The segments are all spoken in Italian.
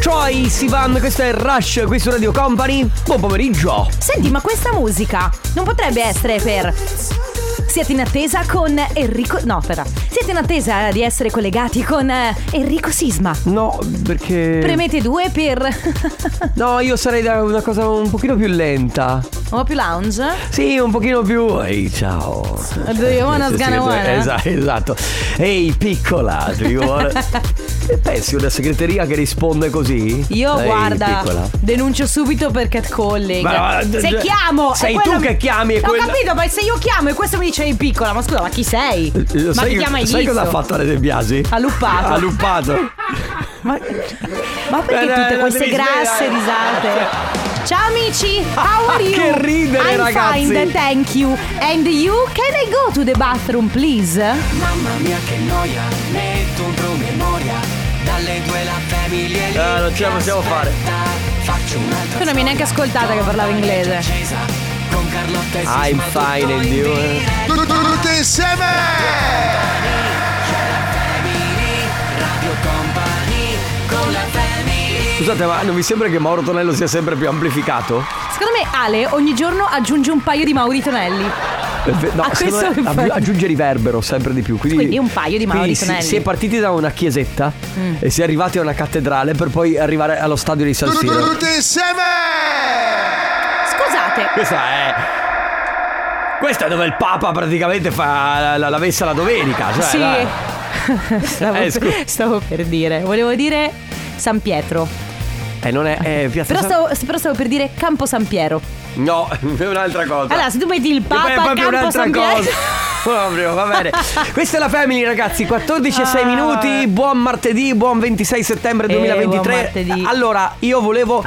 Troye Sivan, questo è Rush qui su Radio Company. Buon pomeriggio. Senti, ma questa musica non potrebbe essere per... Siete in attesa con Enrico... No, aspetta. Siete in attesa di essere collegati con Enrico Sisma? No, perché... Premete 2 per... No, io sarei da una cosa un pochino più lenta. Un po' più lounge? Sì, un pochino più... Ehi, ciao. Do you wanna sgana wanna? Esatto. Ehi, piccola, do you wanna... Pensi una segreteria che risponde così? Io, Ehi, guarda, piccola. denuncio subito per catcalling. Ma, se chiamo... sei tu che chiami e Ho capito, ma se io chiamo e questo mi dice ehi piccola, ma scusa, ma chi sei? Ma chi chiama sai cosa ha fatto Ale De Biasi? Ha luppato. Ha luppato. Ma perché tutte queste grasse risate? Ciao amici, how are you? Che ridere, I'm ragazzi. fine, thank you. And you? Can I go to the bathroom, please? Mamma mia che noia, metto un promemoria. Dalle 2 la famiglia è lì. Non ce la possiamo fare. Faccio un'altra. Tu non mi hai neanche ascoltata che parlavo inglese. Con Carlotta e I'm fine and you. Tutti insieme! Radio Company con la family. Scusate, ma non vi sembra che Mauro Tonello sia sempre più amplificato? Secondo me Ale ogni giorno aggiunge un paio di Mauri Tonelli. No, A questo secondo me aggiunge riverbero sempre di più. Quindi un paio di Mauri Tonelli. Si è partiti da una chiesetta e si è arrivati a una cattedrale per poi arrivare allo stadio di San Siro. Tutti insieme! Scusate, Questa è dove il Papa praticamente fa la messa la domenica, cioè, sì. dai. Stavo per dire, volevo dire San Pietro. Non è Piazza Però stavo per dire Campo San Piero. No, è un'altra cosa. Allora, se tu metti il Che poi è Papa a proprio Campo un'altra San Piero. cosa. Proprio, va bene. Questa è la Family, ragazzi. 14:06 minuti. Buon martedì, buon 26 settembre 2023. Buon martedì. Allora, io volevo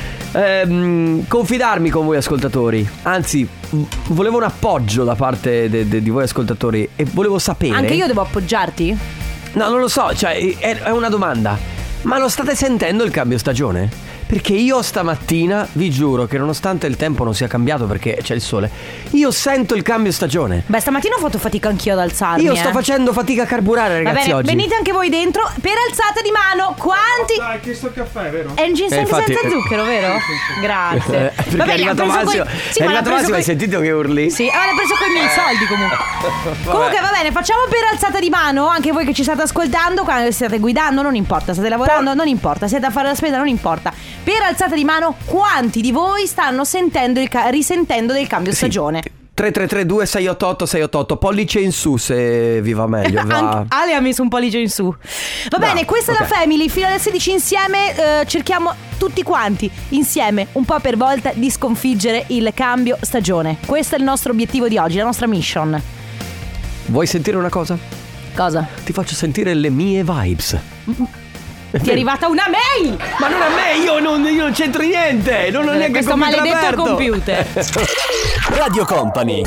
confidarmi con voi ascoltatori. Anzi, volevo un appoggio da parte di voi ascoltatori. E volevo sapere. Anche io devo appoggiarti? No, non lo so, cioè è una domanda. Ma lo state sentendo il cambio stagione? Perché io stamattina, vi giuro che nonostante il tempo non sia cambiato perché c'è il sole, io sento il cambio stagione. Beh, stamattina ho fatto fatica anch'io ad alzarmi. Io sto facendo fatica a carburare, Va ragazzi, bene, oggi. venite anche voi dentro. Per alzata di mano, quanti... Hai chiesto il caffè, vero? È un ginseng infatti, senza zucchero, vero? Grazie. Perché Vabbè, è arrivato li ha preso Massimo. sì, È ma l'ha arrivato preso Massimo, hai sentito che urli? Sì, l'ha preso con i miei soldi comunque. Comunque va bene, facciamo per alzata di mano. Anche voi che ci state ascoltando, quando state guidando, non importa. State lavorando, non importa. Siete a fare la spesa, non importa. Per alzata di mano, quanti di voi stanno sentendo risentendo del cambio stagione? 333 688 688. Pollice in su se vi va meglio. Va. Ale ha messo un pollice in su. Va bene, questa è la Family. Fino alle 16 insieme cerchiamo tutti quanti insieme, un po' per volta, di sconfiggere il cambio stagione. Questo è il nostro obiettivo di oggi, la nostra mission. Vuoi sentire una cosa? Cosa? Ti faccio sentire le mie vibes. Ti è arrivata una mail! Ma non a me, io non c'entro niente. Non ho neanche il questo computer maledetto aperto. computer. Radio Company.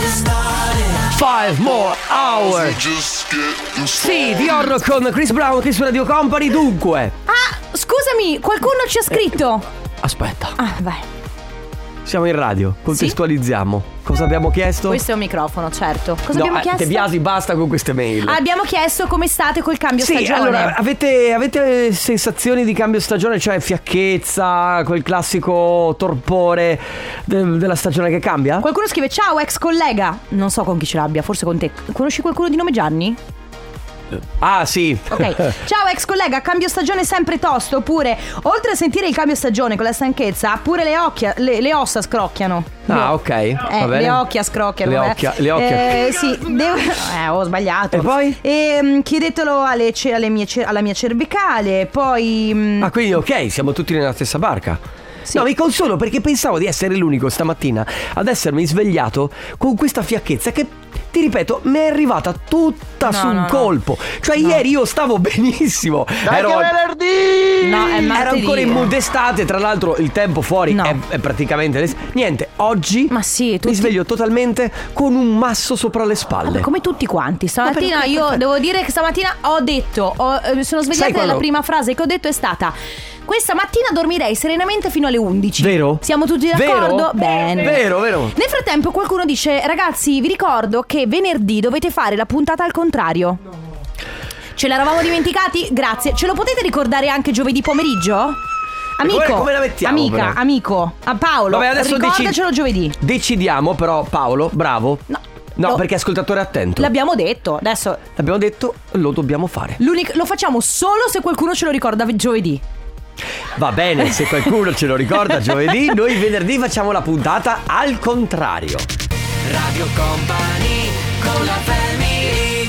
5 more hours. Sì, Dior con Chris Brown qui su Radio Company. Dunque, Ah, scusami, qualcuno ci ha scritto. aspetta, Ah, vai. siamo in radio, contestualizziamo. Cosa abbiamo chiesto? Questo è un microfono, certo. Cosa abbiamo chiesto? Te Biasi, basta con queste mail. Abbiamo chiesto come state col cambio Sì, stagione. allora, avete sensazioni di cambio stagione? Cioè fiacchezza, quel classico torpore della stagione che cambia? Qualcuno scrive: ciao ex collega. Non so con chi ce l'abbia, forse con te. Conosci qualcuno di nome Gianni? Ah, sì. Ok. Ciao ex collega, cambio stagione sempre tosto. Oppure, oltre a sentire il cambio stagione con la stanchezza, pure le ossa scrocchiano. Ah, ok. Va bene. Le occhia scrocchiano. Le occhia. Sì, ho sbagliato. E poi? Chiedetelo alla mia cervicale. Poi Ah, quindi ok, siamo tutti nella stessa barca. Sì. No, mi consolo perché pensavo di essere l'unico stamattina ad essermi svegliato con questa fiacchezza che, ti ripeto, mi è arrivata tutta su un colpo. Cioè ieri io stavo benissimo. Ero venerdì! No, è martedì. Ero ancora in mood estate. Tra l'altro il tempo fuori è praticamente niente. Oggi Ma sì, mi sveglio totalmente con un masso sopra le spalle. Vabbè, come tutti quanti. Stamattina io devo dire che stamattina ho detto sono svegliata e la prima frase che ho detto è stata: questa mattina dormirei serenamente fino alle 11. Vero? Siamo tutti d'accordo? Vero? Bene. Vero. Nel frattempo qualcuno dice: ragazzi, vi ricordo che venerdì dovete fare la puntata al contrario. Ce l'eravamo dimenticati? Grazie. Ce lo potete ricordare anche giovedì pomeriggio? Amico, come la mettiamo? amica, però? amico. A Paolo, Vabbè, adesso ricordacelo giovedì. Decidiamo però, Paolo, bravo. No, Lo- perché ascoltatore attento. L'abbiamo detto, adesso L'abbiamo detto, lo dobbiamo fare. lo facciamo solo se qualcuno ce lo ricorda giovedì. Va bene, se qualcuno ce lo ricorda giovedì, noi venerdì facciamo la puntata al contrario. Radio Company con la family.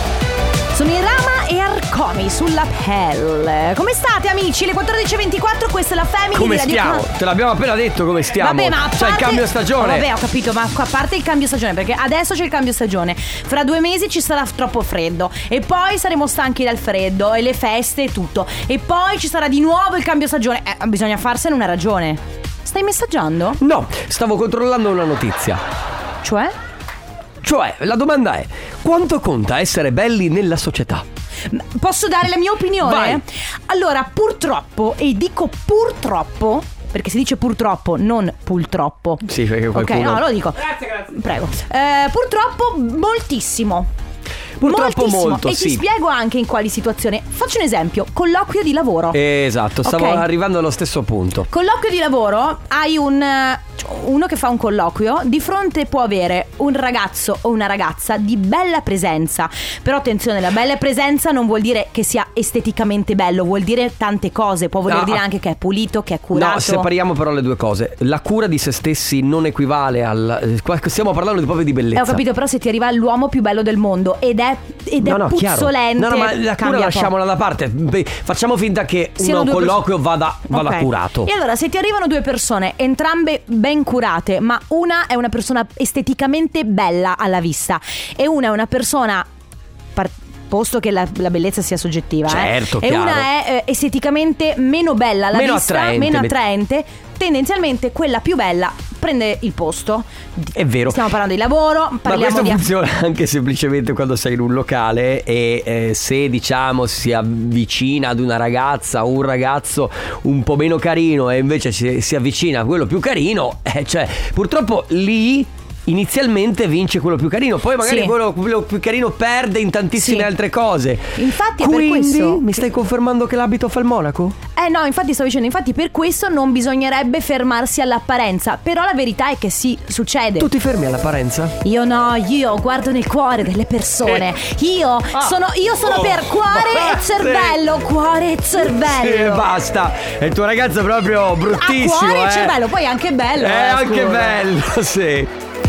Sono in Rama e Arcomi sulla pelle. Come state amici? Le 14.24, questa è la Family Come di Radio stiamo? Company. Te l'abbiamo appena detto come stiamo. Vabbè, ma a c'è parte... il cambio stagione. Vabbè, ho capito, ma a parte il cambio stagione, perché adesso c'è il cambio stagione. Fra 2 mesi ci sarà troppo freddo e poi saremo stanchi dal freddo e le feste e tutto. E poi ci sarà di nuovo il cambio stagione. Bisogna farsene una ragione. Stai messaggiando? No, stavo controllando una notizia. Cioè, la domanda è: quanto conta essere belli nella società? posso dare la mia opinione? Vai. Allora, purtroppo, e dico purtroppo, perché si dice purtroppo, non purtroppo. Sì, perché qualcuno... Ok, no, lo dico. Grazie. Prego. Purtroppo moltissimo. Purtroppo Moltissimo. molto, E sì. ti spiego anche in quali situazioni. Faccio un esempio: colloquio di lavoro. Esatto, stavo Ok. arrivando allo stesso punto. Colloquio di lavoro, hai uno che fa un colloquio, di fronte può avere un ragazzo o una ragazza di bella presenza. Però attenzione, la bella presenza non vuol dire che sia esteticamente bello, vuol dire tante cose. Può voler No, dire anche che è pulito, che è curato. No, separiamo però le due cose. La cura di se stessi non equivale al... Stiamo parlando proprio di bellezza. Ho capito, però se ti arriva l'uomo più bello del mondo ed è chiaro. puzzolente, No, ma la cura cambia lasciamola da parte. Beh, facciamo finta che Siano un due colloquio vada Ok. curato. E allora, se ti arrivano 2 persone, entrambe ben curate, ma una è una persona esteticamente bella alla vista e una è una persona, posto che la bellezza sia soggettiva, Certo, e chiaro. una è esteticamente meno bella alla Meno vista, attraente. meno attraente, tendenzialmente quella più bella prende il posto. È vero. Stiamo parlando di lavoro, Ma parliamo questo di... funziona anche semplicemente quando sei in un locale e se diciamo si avvicina ad una ragazza o un ragazzo un po' meno carino e invece si avvicina a quello più carino, cioè purtroppo lì inizialmente vince quello più carino, poi magari Sì. quello più carino perde in tantissime Sì. altre cose. Infatti è Quindi, per questo mi stai confermando che l'abito fa il monaco? No, infatti stavo dicendo, infatti per questo non bisognerebbe fermarsi all'apparenza. Però la verità è che sì, succede. Tu ti fermi all'apparenza? Io no, io guardo nel cuore delle persone. Io sono per cuore e cervello. Cuore e cervello. Sì, basta. E il tuo ragazzo è proprio bruttissimo. Cuore e cervello, poi è anche bello. È anche scusa. bello, sì.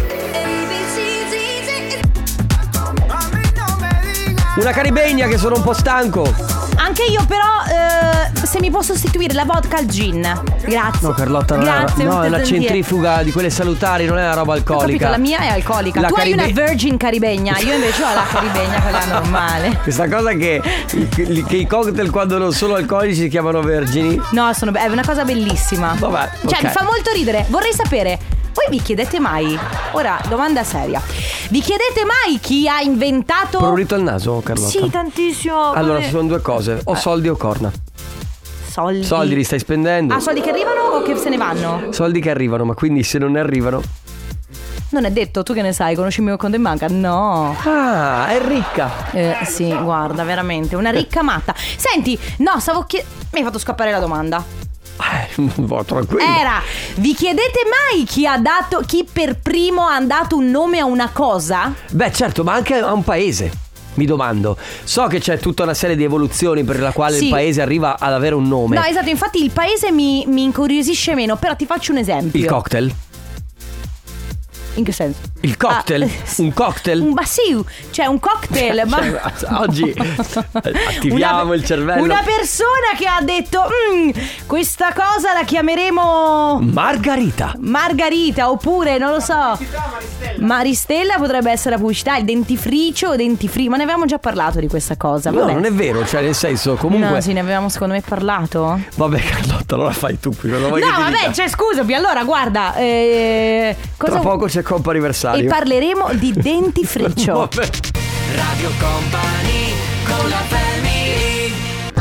Una caribegna che sono un po' stanco. Anche io però, se mi può sostituire la vodka al gin. Grazie. No, Carlotta, non Grazie, è una per sentire. centrifuga di quelle salutari, non è una roba Ho capito, alcolica. la mia è alcolica. La Tu hai una caribe- virgin caribegna. Io invece ho la caribegna, quella normale. Questa cosa che i cocktail quando non sono alcolici si chiamano vergini. No, è una cosa bellissima. Vabbè, Cioè, ok. mi fa molto ridere. Vorrei sapere, voi vi chiedete mai, ora, domanda seria, vi chiedete mai chi ha inventato... Prurito al naso, Carlotta? Sì, tantissimo. Allora, come- ci sono due cose, o soldi o corna. Soldi. Soldi li stai spendendo. Ah, soldi che arrivano o che se ne vanno? Soldi che arrivano, ma quindi se non ne arrivano... Non è detto, tu che ne sai, conosci il mio conto in banca? No. Ah, è ricca. Sì, guarda, veramente, una ricca matta. Senti, no, mi hai fatto scappare la domanda. Tranquillo. Era, vi chiedete mai chi per primo ha dato un nome a una cosa? Beh, certo, ma anche a un paese. Mi domando. So che c'è tutta una serie di evoluzioni per la quale Sì. il paese arriva ad avere un nome. No, esatto, infatti il paese mi incuriosisce meno, però ti faccio un esempio. Il cocktail? In che senso? Il cocktail? Un cocktail? Un bassiu, cioè un cocktail. Ma Cioè, oggi attiviamo il cervello. Una persona che ha detto questa cosa la chiameremo Margarita, oppure non lo so, Maristella potrebbe essere la pubblicità, il dentifricio o dentifricio. Ma ne avevamo già parlato di questa cosa. No, Vabbè. non è vero, cioè nel senso comunque. No, sì, ne avevamo secondo me parlato. Vabbè, Carlotta, allora fai tu qui. Non vuoi No, che ti vabbè, dica? cioè scusami, allora guarda, Tra poco c'è Coppa Anniversario. E parleremo di dentifricio. Vabbè. Radio Company con la family.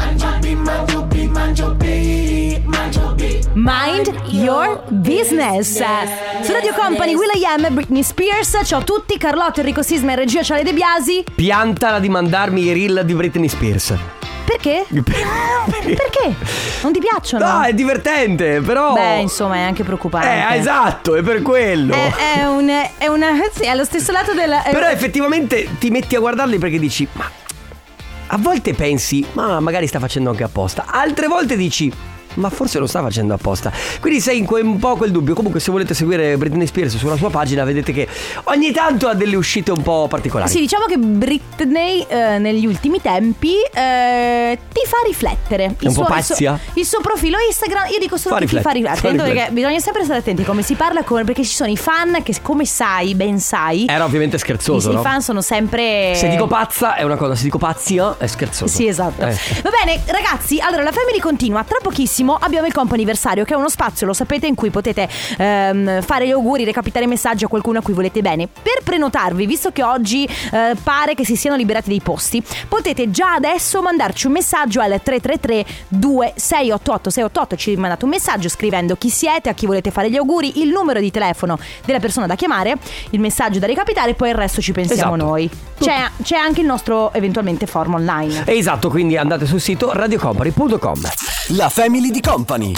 Mind your business. Su Radio Company, will.i.am, Britney Spears. Ciao a tutti, Carlotta, Enrico Sisma e regia Ciale De Biasi. Piantala di mandarmi i reel di Britney Spears. Perché? Perché? Non ti piacciono? No, è divertente, però. Beh, insomma, è anche preoccupante. Esatto, è per quello. È una sì, è allo stesso lato della. Però effettivamente ti metti a guardarli perché dici, ma a volte pensi, ma magari sta facendo anche apposta. Altre volte dici, ma forse lo sta facendo apposta. Quindi sei in un po' quel dubbio. Comunque se volete seguire Britney Spears sulla sua pagina, vedete che ogni tanto ha delle uscite un po' particolari. Sì, diciamo che Britney negli ultimi tempi ti fa riflettere. È un po' pazzia. Il suo profilo Instagram, io dico solo che ti fa riflettere. Perché bisogna sempre stare attenti come si parla, perché ci sono i fan che, come sai, ben sai, era ovviamente scherzoso, no? I fan sono sempre. Se dico pazza è una cosa, se dico pazzia è scherzoso. Sì, esatto. Va bene, ragazzi, allora la Family continua. Tra pochissimo abbiamo il comp'anniversario, che è uno spazio, lo sapete, in cui potete fare gli auguri, recapitare messaggi a qualcuno a cui volete bene. Per prenotarvi, visto che oggi pare che si siano liberati dei posti, potete già adesso mandarci un messaggio al 333-2688-688. Ci mandate un messaggio scrivendo chi siete, a chi volete fare gli auguri, il numero di telefono della persona da chiamare, il messaggio da recapitare, e poi il resto ci pensiamo noi. C'è anche il nostro eventualmente form online. Esatto, quindi andate sul sito radiocompany.com. La Family di Company.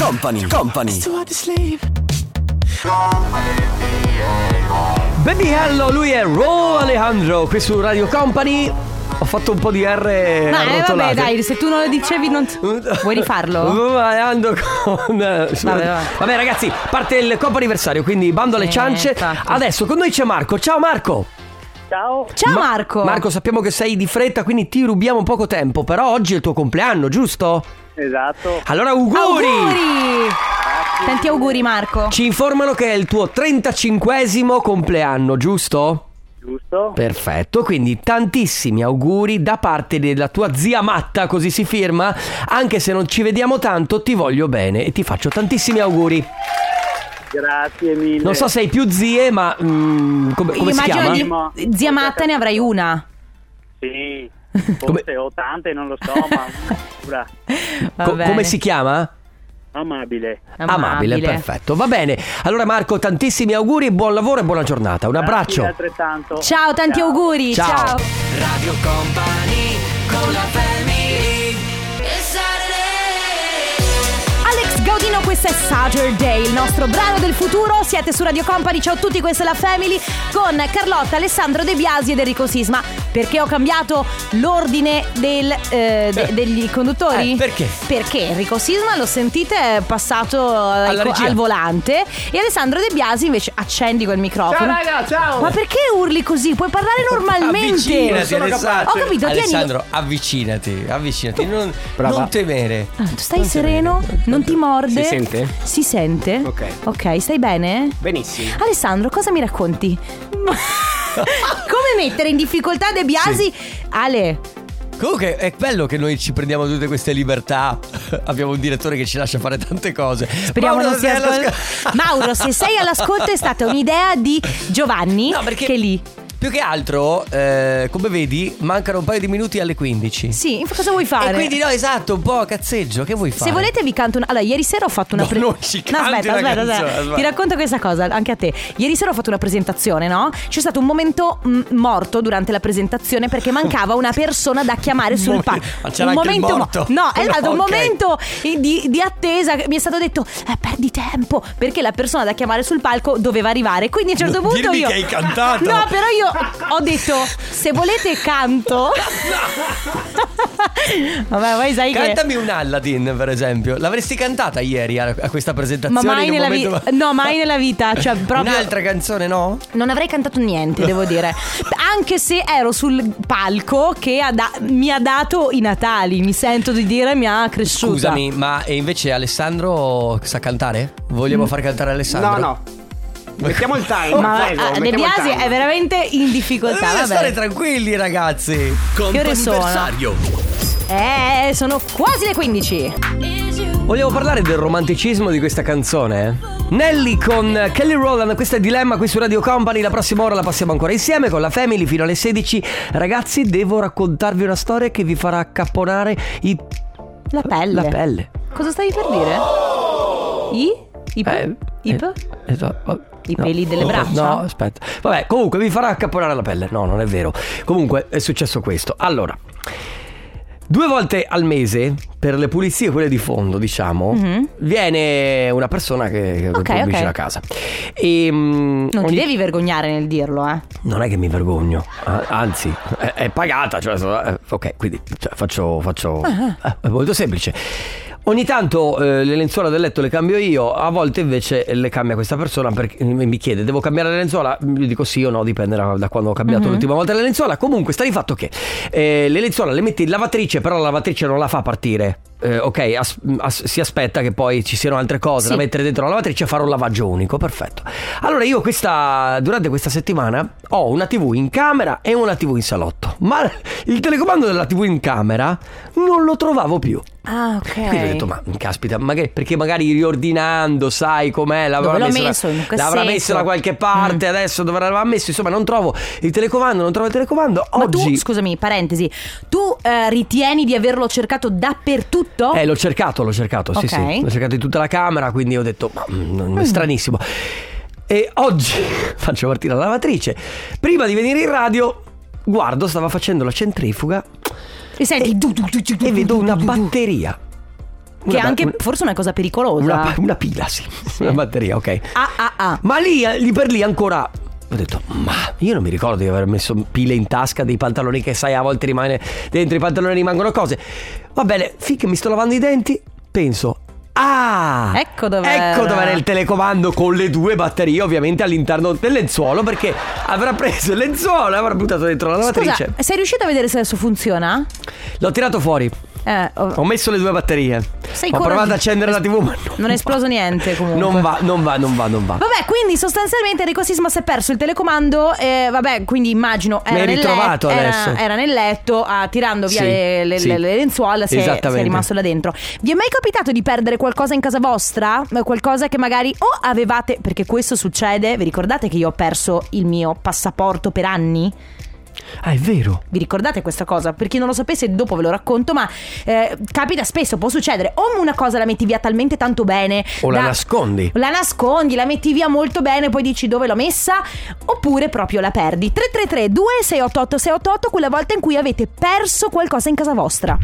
Baby Hello, lui è Raw Alejandro qui su Radio Company. Ho fatto un po' di R arrotolate. Vabbè, dai, se tu non lo dicevi non. Vuoi rifarlo? Vabbè ragazzi, parte il comp'anniversario, quindi bando alle ciance. Infatti. Adesso con noi c'è Marco. Ciao Marco. Ciao. Ciao Marco. Marco, sappiamo che sei di fretta, quindi ti rubiamo poco tempo, però oggi è il tuo compleanno, giusto? Esatto. Allora auguri! Tanti auguri Marco. Ci informano che è il tuo 35esimo compleanno, giusto? Giusto. Perfetto, quindi tantissimi auguri da parte della tua zia Matta, così si firma. Anche se non ci vediamo tanto, ti voglio bene e ti faccio tantissimi auguri. Grazie mille. Non so se hai più zie, ma come si chiama? Zia Matta ne avrai una. Sì, forse ho tante, non lo so, ma pura. Come si chiama? Amabile, perfetto, va bene. Allora Marco, tantissimi auguri, buon lavoro e buona giornata. Un abbraccio. Altrettanto. Ciao, tanti auguri. Ciao. Radio Company con la Family. Alex Gaudino, questo è Saturday, il nostro brano del futuro. Siete su Radio Company, ciao a tutti, questa è la Family con Carlotta, Alessandro De Biasi ed Enrico Sisma. Perché ho cambiato l'ordine degli conduttori? Perché? Perché Enrico Sisma, lo sentite, è passato al volante, e Alessandro De Biasi invece accendi quel microfono. Ciao raga, ciao. Ma perché urli così? Puoi parlare normalmente. Avvicinati Alessandro. Ho capito, Alessandro, avvicinati, non temere. Tu stai sereno? Non ti morde? Si sente? Si sente? Ok, stai bene? Benissimo. Alessandro, cosa mi racconti? Come mettere in difficoltà De Biasi? Ale. Comunque è bello che noi ci prendiamo tutte queste libertà. Abbiamo un direttore che ci lascia fare tante cose. Speriamo non sia Mauro, se sei all'ascolto, è stata un'idea di Giovanni. No, perché che lì. Più che altro, come vedi, mancano un paio di minuti alle 15. Sì, cosa vuoi fare? E quindi no, esatto, un po' a cazzeggio. Che vuoi fare? Se volete vi canto Allora, ieri sera ho fatto una aspetta. Ti racconto questa cosa, anche a te. Ieri sera ho fatto una presentazione, no? C'è stato un momento morto durante la presentazione, perché mancava una persona da chiamare sul palco. Ma c'era un anche momento morto. No, è stato un momento di attesa. Mi è stato detto perdi tempo, perché la persona da chiamare sul palco doveva arrivare. Quindi a un certo punto dirmi io che hai cantato. No, però io ho detto, se volete canto. Vabbè, voi sai Cantami un Aladdin, per esempio. L'avresti cantata ieri a questa presentazione? Ma mai nella vita. No, mai nella vita. Cioè, proprio. Un'altra canzone, no? Non avrei cantato niente, devo dire. Anche se ero sul palco che mi ha dato i Natali. Mi sento di dire, mi ha cresciuta. Scusami, ma e invece Alessandro sa cantare? Vogliamo far cantare Alessandro? No. Mettiamo il time. Ma De Biasi è veramente in difficoltà. Dovete stare tranquilli, ragazzi. Che ore sono? Sono quasi le 15. Vogliamo parlare del romanticismo di questa canzone? Nelly con Kelly Rowland, questo è Dilemma qui su Radio Company. La prossima ora la passiamo ancora insieme con la Family fino alle 16. Ragazzi, devo raccontarvi una storia che vi farà accapponare la pelle. Cosa stavi per dire? I peli delle braccia? No, aspetta. Vabbè, comunque vi farà accapponare la pelle. No, non è vero. Comunque è successo questo. Allora, 2 volte al mese, per le pulizie, quelle di fondo, diciamo, viene una persona che pulisce la casa. E, non ti devi vergognare nel dirlo, Non è che mi vergogno, anzi, è pagata, cioè, ok, quindi faccio è molto semplice. Ogni tanto le lenzuola del letto le cambio io, a volte invece le cambia questa persona, perché mi chiede: devo cambiare le lenzuola? Io dico sì o no, dipende da quando ho cambiato l'ultima volta le lenzuola. Comunque sta di fatto che le lenzuola le metti in lavatrice, però la lavatrice non la fa partire. Ok, si aspetta che poi ci siano altre cose da mettere dentro la lavatrice e fare un lavaggio unico. Perfetto. Allora io durante questa settimana ho una TV in camera e una TV in salotto, ma il telecomando della TV in camera non lo trovavo più. Ah, ok. Quindi ho detto: ma caspita, perché magari riordinando, sai com'è, l'avrà messo da qualche parte, adesso dove l'aveva messo, insomma non trovo il telecomando. Ma tu, scusami, parentesi, tu ritieni di averlo cercato dappertutto? L'ho cercato, sì, l'ho cercato in tutta la camera, quindi ho detto è stranissimo. E oggi faccio partire la lavatrice. Prima di venire in radio, guardo, stava facendo la centrifuga e senti e vedo una batteria. Che è anche forse una cosa pericolosa. Una pila, sì. Una batteria, ok. Ma lì per lì ancora ho detto: ma io non mi ricordo di aver messo pile in tasca dei pantaloni, che sai, a volte rimane dentro i pantaloni, rimangono cose. Va bene, finché mi sto lavando i denti, penso: ecco dov'era il telecomando con le 2 batterie, ovviamente all'interno del lenzuolo, perché avrà preso il lenzuolo e avrà buttato dentro la lavatrice. Scusa, sei riuscito a vedere se adesso funziona? L'ho tirato fuori. Ho messo le 2 batterie. Ho provato ad accendere la TV, ma non è esploso niente comunque. Non va. Vabbè, quindi sostanzialmente Enrico Sisma si è perso il telecomando. Vabbè, quindi immagino era nel letto, tirando via le lenzuola, si è rimasto là dentro. Vi è mai capitato di perdere qualcosa in casa vostra? Qualcosa che magari avevate, perché questo succede. Vi ricordate che io ho perso il mio passaporto per anni? È vero. Vi ricordate questa cosa? Per chi non lo sapesse, dopo ve lo racconto, ma capita spesso, può succedere. O una cosa la metti via talmente tanto bene, o la nascondi, la metti via molto bene, poi dici dove l'ho messa, oppure proprio la perdi. 333 2688 688, quella volta in cui avete perso qualcosa in casa vostra.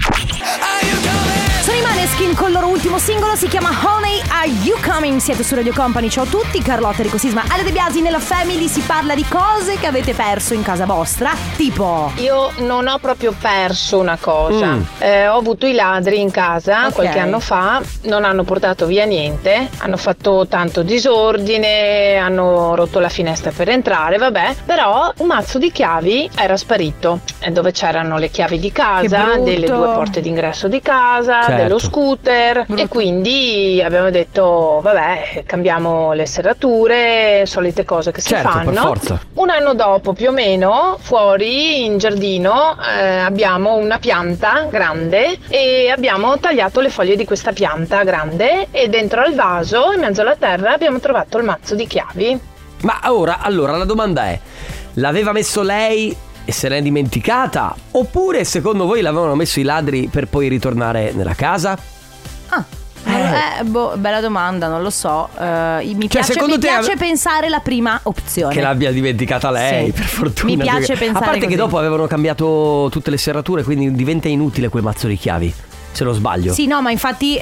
Sono i Maneskin con il loro ultimo singolo, si chiama Honey Are You Coming. Siete su Radio Company, ciao a tutti, Carlotta, Enrico Sisma, Ale De Biasi. Nella Family si parla di cose che avete perso in casa vostra. Tipo, io non ho proprio perso una cosa. Ho avuto i ladri in casa qualche anno fa, non hanno portato via niente, hanno fatto tanto disordine, hanno rotto la finestra per entrare, vabbè, però un mazzo di chiavi era sparito, dove c'erano le chiavi di casa, delle 2 porte d'ingresso di casa, dello scooter, e quindi abbiamo detto vabbè, cambiamo le serrature, solite cose che si fanno. Per forza. Un anno dopo più o meno, fuori in giardino abbiamo una pianta grande e abbiamo tagliato le foglie di questa pianta grande, e dentro al vaso, in mezzo alla terra, abbiamo trovato il mazzo di chiavi. Ma allora la domanda è: l'aveva messo lei e se l'è dimenticata, oppure secondo voi l'avevano messo i ladri per poi ritornare nella casa? Bella domanda, non lo so. Mi piace pensare la prima opzione, che l'abbia dimenticata lei, per fortuna. Mi piace pensare a parte così. Che dopo avevano cambiato tutte le serrature, quindi diventa inutile quel mazzo di chiavi, se non sbaglio. Sì, no, ma infatti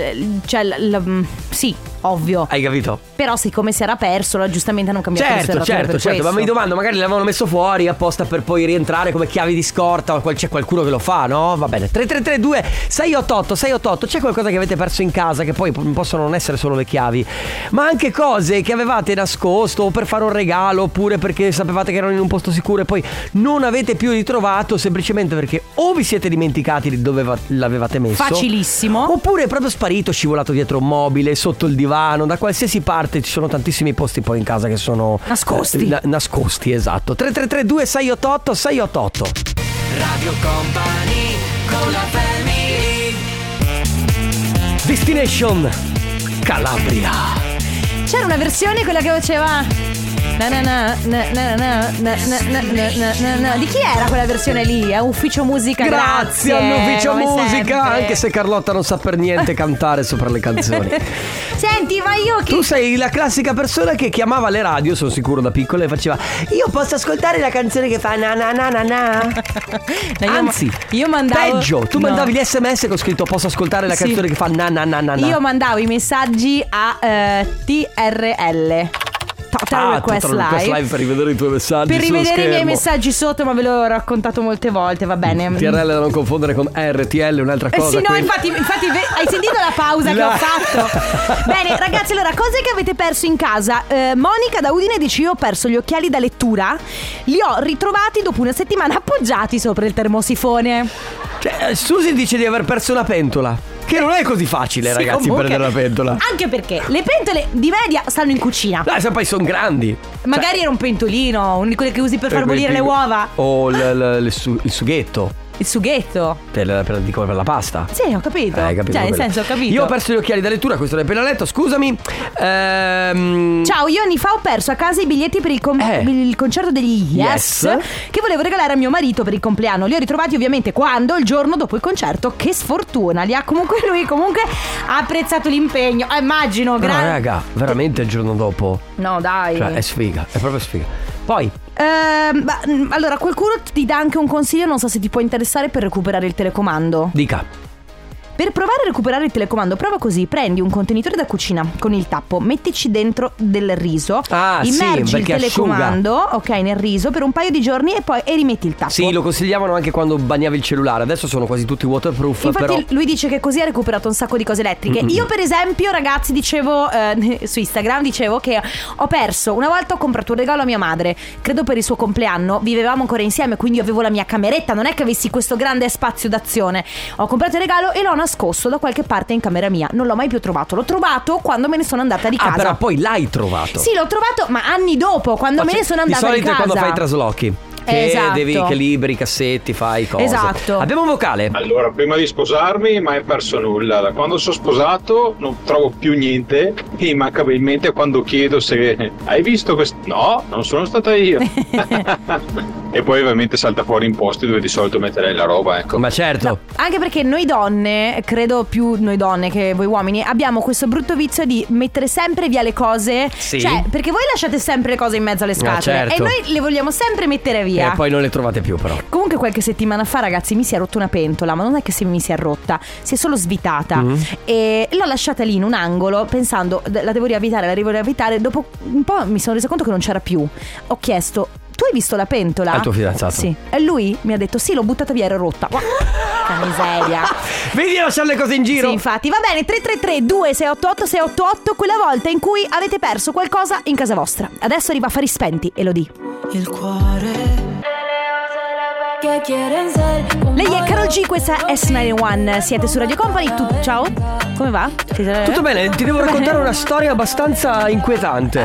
sì, ovvio. Hai capito? Però siccome si era perso, giustamente hanno cambiato le serrature. Certo, ma mi domando, magari l'avevano messo fuori apposta per poi rientrare come chiavi di scorta, o c'è qualcuno che lo fa, no? Va bene. 3332 688 688. C'è qualcosa che avete perso in casa, che poi possono non essere solo le chiavi, ma anche cose che avevate nascosto, o per fare un regalo, oppure perché sapevate che erano in un posto sicuro e poi non avete più ritrovato, semplicemente perché o vi siete dimenticati di dove l'avevate messo, facilissimo, oppure è proprio sparito, scivolato dietro un mobile, sotto il divano, da qualsiasi parte. Ci sono tantissimi posti poi in casa che sono nascosti, esatto. 3332 688 688. Radio Company con la Family. Destination Calabria. C'era una versione, quella che faceva Di chi era quella versione lì? È Ufficio Musica. Grazie all'Ufficio come Musica, sempre. anche se Carlotta non sa per niente cantare sopra le canzoni. Senti, ma io Tu sei la classica persona che chiamava le radio, sono sicuro da piccola, e faceva: io posso ascoltare la canzone che fa na na na na na. Anzi, io mandavo peggio, tu mandavi gli SMS con scritto posso ascoltare la canzone che fa na na na na na. Io mandavo i messaggi a TRL, Total Request Live, per rivedere i tuoi messaggi per sullo rivedere i miei schermo. messaggi sotto, ma ve l'ho raccontato molte volte, va bene. TRL da non confondere con RTL, un'altra cosa. Sì, no, quindi. infatti hai sentito la pausa che ho fatto? Bene, ragazzi, allora, cose che avete perso in casa. Monica da Udine dice: io ho perso gli occhiali da lettura, li ho ritrovati dopo una settimana appoggiati sopra il termosifone. Cioè, Susi dice di aver perso una pentola, che non è così facile, Sì, ragazzi, comunque, perdere una pentola. Anche perché le pentole di media stanno in cucina. Se poi sono grandi. Magari era un pentolino, uno di quelli che usi per far bollire le uova. O il sughetto. Il sughetto. Per la pasta. Sì, ho capito. Capito Cioè, nel quello. senso, ho capito. Io ho perso gli occhiali da lettura, questo l'hai appena letto, scusami. Ciao, io anni fa ho perso a casa i biglietti per il concerto degli Yes, che volevo regalare a mio marito per il compleanno. Li ho ritrovati ovviamente quando? Il giorno dopo il concerto. Che sfortuna. Lui ha apprezzato l'impegno. Immagino. No, raga, veramente il giorno dopo. No, dai. Cioè, è sfiga, è proprio sfiga. Poi allora, qualcuno ti dà anche un consiglio, non so se ti può interessare, per recuperare il telecomando. dica. Per provare a recuperare il telecomando, prova così: prendi un contenitore da cucina con il tappo, mettici dentro del riso, immergi il telecomando, ok, nel riso per un paio di giorni e poi rimetti il tappo. Sì, lo consigliavano anche quando bagnavi il cellulare. Adesso sono quasi tutti waterproof. Infatti però lui dice che così ha recuperato un sacco di cose elettriche. Io per esempio, ragazzi, dicevo su Instagram, dicevo che ho perso. Una volta ho comprato un regalo a mia madre, credo per il suo compleanno. Vivevamo ancora insieme, quindi avevo la mia cameretta, non è che avessi questo grande spazio d'azione. Ho comprato il regalo e l'ho nascosto da qualche parte in camera mia. Non l'ho mai più trovato. L'ho trovato quando me ne sono andata di casa. però poi l'hai trovato. Sì, l'ho trovato, ma anni dopo, quando me ne sono andata di casa. Di solito è quando fai i traslochi. Che Esatto. che libri, cassetti, fai cose. Esatto. Abbiamo un vocale. Allora, prima di sposarmi mai perso nulla. Da quando sono sposato non trovo più niente e immancabilmente quando chiedo se hai visto questo, no, non sono stata io. E poi ovviamente salta fuori in posti dove di solito metterei la roba, ecco. Ma certo. No, anche perché noi donne, credo più noi donne che voi uomini, abbiamo questo brutto vizio di mettere sempre via le cose. Sì. Cioè, perché voi lasciate sempre le cose in mezzo alle scatole, certo. e noi le vogliamo sempre mettere via. E poi non le trovate più, però. Comunque qualche settimana fa, ragazzi, mi si è rotta una pentola. Ma non è che mi si è rotta, si è solo svitata. E l'ho lasciata lì in un angolo pensando la devo riavvitare. Dopo un po' mi sono resa conto che non c'era più. Ho chiesto: tu hai visto la pentola? Al tuo fidanzato? Sì. E lui mi ha detto: sì, l'ho buttata via, era rotta. Che miseria. Vedi a lasciare le cose in giro? Sì, infatti. Va bene, 333-2688-688, quella volta in cui avete perso qualcosa in casa vostra. Adesso arriva Affari Spenti, Elodie. Il cuore che quieren ser. Lei è Karol G, questa è S91. Siete su Radio Company. Ciao, come va? Tutto bene, ti devo raccontare una storia abbastanza inquietante.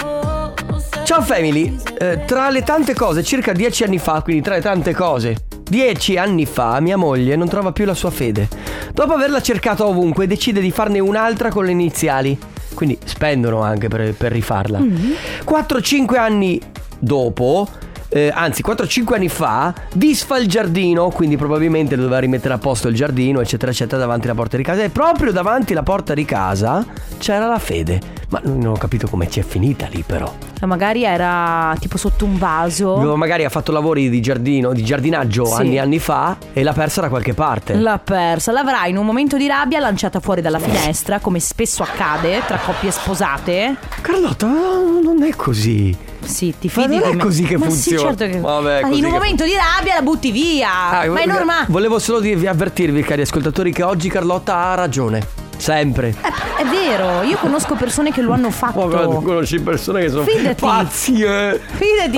Ciao family, tra le tante cose, circa 10 anni fa, quindi tra le tante cose, 10 anni fa mia moglie non trova più la sua fede. Dopo averla cercata ovunque decide di farne un'altra con le iniziali. Quindi spendono anche per rifarla. 4-5 anni dopo, anzi 4-5 anni fa, disfa il giardino. Quindi probabilmente doveva rimettere a posto il giardino, eccetera eccetera, davanti alla porta di casa. E proprio davanti alla porta di casa c'era la fede. Ma non ho capito come ci è finita lì, però. Magari era tipo sotto un vaso. Magari ha fatto lavori di giardinaggio Sì. anni fa e l'ha persa da qualche parte. L'ha persa, l'avrà in un momento di rabbia lanciata fuori dalla finestra, come spesso accade tra coppie sposate. Carlotta, non è così. Sì, ti Ma fidi non di è me? così che Ma funziona. Sì, certo che... Vabbè, Ma così in un che momento di rabbia la butti via. Ma è normale. Volevo solo avvertirvi, cari ascoltatori, che oggi Carlotta ha ragione. Sempre. È vero, io conosco persone che lo hanno fatto. Ma tu conosci persone che sono Fidati. pazzi, Fidati.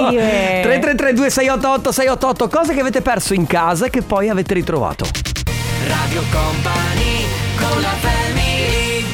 333-2688-688. Cose che avete perso in casa e che poi avete ritrovato. Radio Company con la family.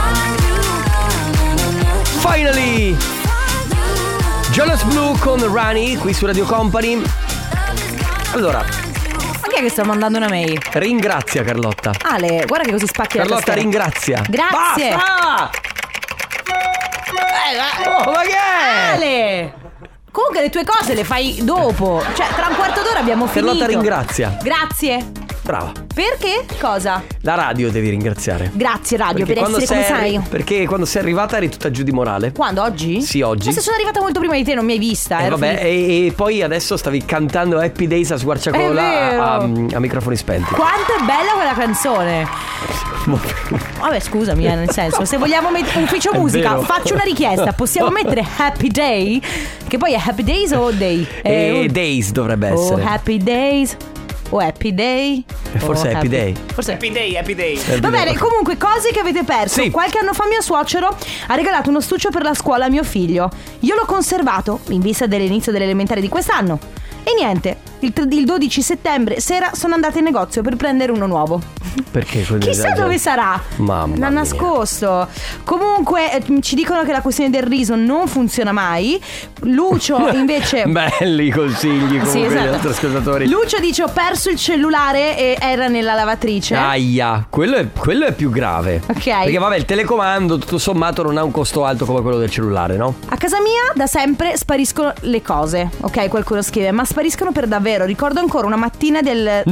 Finally Jonas Blue con Rani qui su Radio Company. Allora, Ma chi è che sta mandando una mail? ringrazia Carlotta. Ale, guarda che così spacchi la Carlotta tastiera. ringrazia. Grazie. Basta! ma che è? Ale! Comunque le tue cose le fai dopo. Cioè, tra un quarto d'ora abbiamo finito. Carlotta ringrazia. Grazie. Brava. Perché? Cosa? La radio devi ringraziare. Grazie radio, Perché per essere come sai. Perché quando sei arrivata eri tutta giù di morale. Quando? Oggi? Sì, oggi. Ma se sono arrivata molto prima di te non mi hai vista. Vabbè, e poi adesso stavi cantando Happy Days a squarciagola a microfoni spenti. Quanto è bella quella canzone. Vabbè, scusami, nel senso, se vogliamo mettere ufficio musica, vero. faccio una richiesta. Possiamo mettere Happy Day? Che poi è Happy Days o Day? Days dovrebbe essere. Happy Days. O Happy Day. Forse Happy Day. Forse Happy Day. Va bene, comunque cose che avete perso. Sì. Qualche anno fa mio suocero ha regalato uno stuccio per la scuola a mio figlio. Io l'ho conservato in vista dell'inizio delle elementari di quest'anno. E niente, il 12 settembre sera sono andata in negozio per prendere uno nuovo. Perché? Chissà dove sarà. Mamma L'ha mia. nascosto. Comunque ci dicono che la questione del riso non funziona mai. Lucio invece Belli consigli comunque Sì, esatto. gli altri ascoltatori. Lucio dice: ho perso il cellulare e era nella lavatrice. Aia, quello è più grave. Ok. Perché vabbè, il telecomando tutto sommato non ha un costo alto come quello del cellulare, no? A casa mia da sempre spariscono le cose. Ok, qualcuno scrive, ma spariscono per davvero. Ricordo ancora una mattina del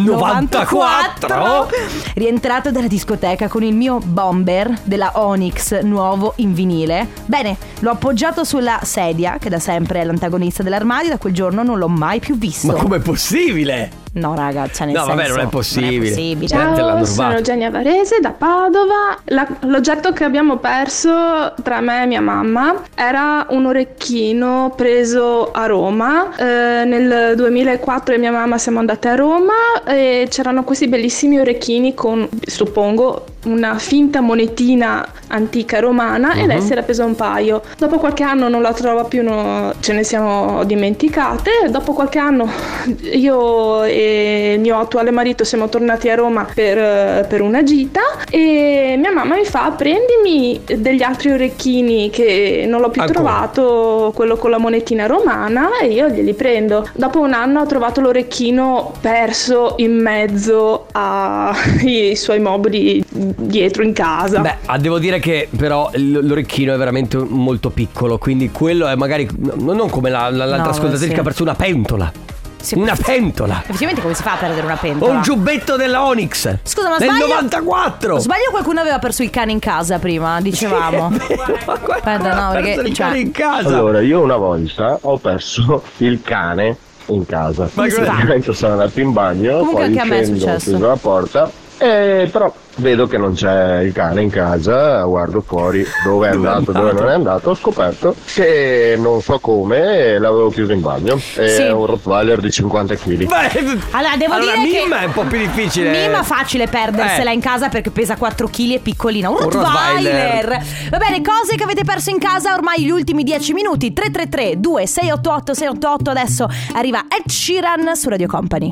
94 rientrato dalla discoteca con il mio bomber della Onyx nuovo in vinile. Bene, l'ho appoggiato sulla sedia, che da sempre è l'antagonista dell'armadio. Da quel giorno non l'ho mai più visto. Ma com'è possibile? No ragazza, nel No, senso, vabbè, non è possibile. Non è possibile. Cioè, te l'hanno rubato. Sono Genia Varese da Padova. L'oggetto che abbiamo perso tra me e mia mamma era un orecchino preso a Roma. Nel 2004 mia mamma siamo andate a Roma e c'erano questi bellissimi orecchini con, suppongo, una finta monetina antica romana e lei si era presa un paio. Dopo qualche anno non la trova più, ce ne siamo dimenticate. Dopo qualche anno io e il mio attuale marito siamo tornati a Roma per una gita e mia mamma mi fa: prendimi degli altri orecchini che non l'ho più trovato, quello con la monetina romana, e io glieli prendo. Dopo un anno ho trovato l'orecchino perso in mezzo ai suoi mobili dietro in casa. Beh, devo dire che però l'orecchino è veramente molto piccolo, quindi quello è magari non come l'altra ascoltatrice che ha perso una pentola. Una pentola. Effettivamente come si fa a perdere una pentola? O un giubbetto della Onyx. Scusa, ma nel sbaglio? 94. Sbaglio, qualcuno aveva perso il cane in casa prima, dicevamo. Aspetta, no, perché il cane in casa. Allora, io una volta ho perso il cane in casa. Come si fa? Praticamente sono andato in bagno, Comunque poi anche a me è scendo, successo. chiudo la porta, però vedo che non c'è il cane in casa, guardo fuori dove è andato, dove non è andato, ho scoperto che non so come l'avevo chiuso in bagno. È un Rottweiler di 50 kg. Allora, devo dire che Mimma è un po' più difficile. Mimma facile perdersela in casa perché pesa 4 kg, è piccolina. Un Rottweiler. Rottweiler. Va bene, cose che avete perso in casa ormai gli ultimi 10 minuti. 333 2688 688. Adesso arriva Ed Sheeran su Radio Company.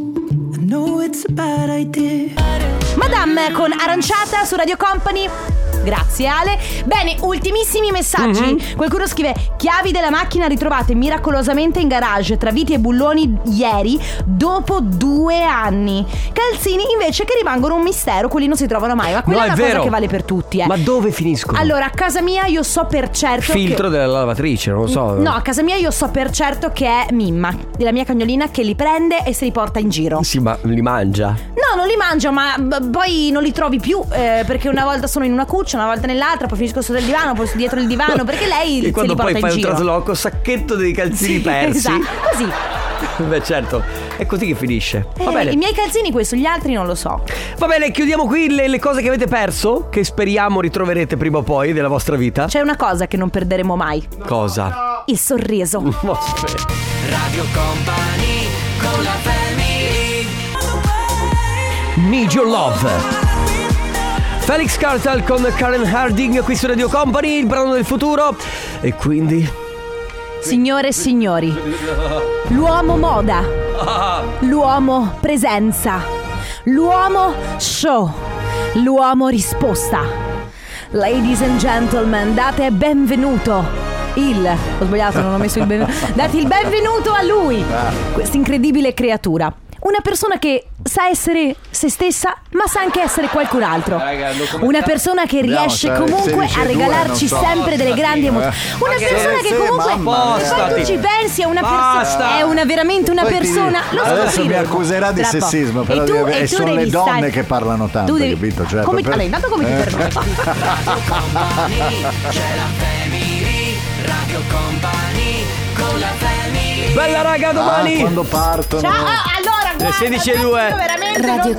Madame con Aranciata su Radio Company. Grazie Ale. Bene, ultimissimi messaggi. Qualcuno scrive: chiavi della macchina ritrovate miracolosamente in garage tra viti e bulloni ieri dopo 2 anni. Calzini invece che rimangono un mistero, quelli non si trovano mai. Ma quella No, è è una vero. cosa che vale per tutti. Ma dove finiscono? Allora, a casa mia io so per certo Filtro della lavatrice, non lo so. No, a casa mia io so per certo che è Mimma, la mia cagnolina, che li prende e se li porta in giro. Sì, ma li mangia. No, non li mangio, ma poi non li trovi più, perché una volta sono in una cuccia, una volta nell'altra, poi finisco sotto il divano, poi dietro il divano, perché lei E se quando li porta poi fai in un giro. trasloco, sacchetto dei calzini persi. Esatto, così. Beh, certo, è così che finisce. Va bene. I miei calzini questo, gli altri non lo so. Va bene, chiudiamo qui le cose che avete perso, che speriamo ritroverete prima o poi della vostra vita. C'è una cosa che non perderemo mai: Cosa? il sorriso. Radio Company con la family. Need Your Love. Felix Cartal con Karen Harding qui su Radio Company, il brano del futuro. E quindi Signore e signori, l'uomo moda, l'uomo presenza, l'uomo show, l'uomo risposta. Ladies and gentlemen, date benvenuto ho sbagliato, non ho messo il benvenuto. Date il benvenuto a lui, questa incredibile creatura. Una persona che sa essere se stessa, ma sa anche essere qualcun altro. Una persona che riesce comunque a regalarci sempre delle grandi emozioni. Una persona che comunque, quando tu ci pensi, è una persona, è veramente una persona. Adesso mi accuserà di sessismo, però sono le donne che parlano tanto, capito? Cioè, allora, intanto come ti permetti? C'è la Family, Radio Company, con la Family. Bella raga, domani. Quando partono. Ciao, allora, guarda, 16:02. veramente Radio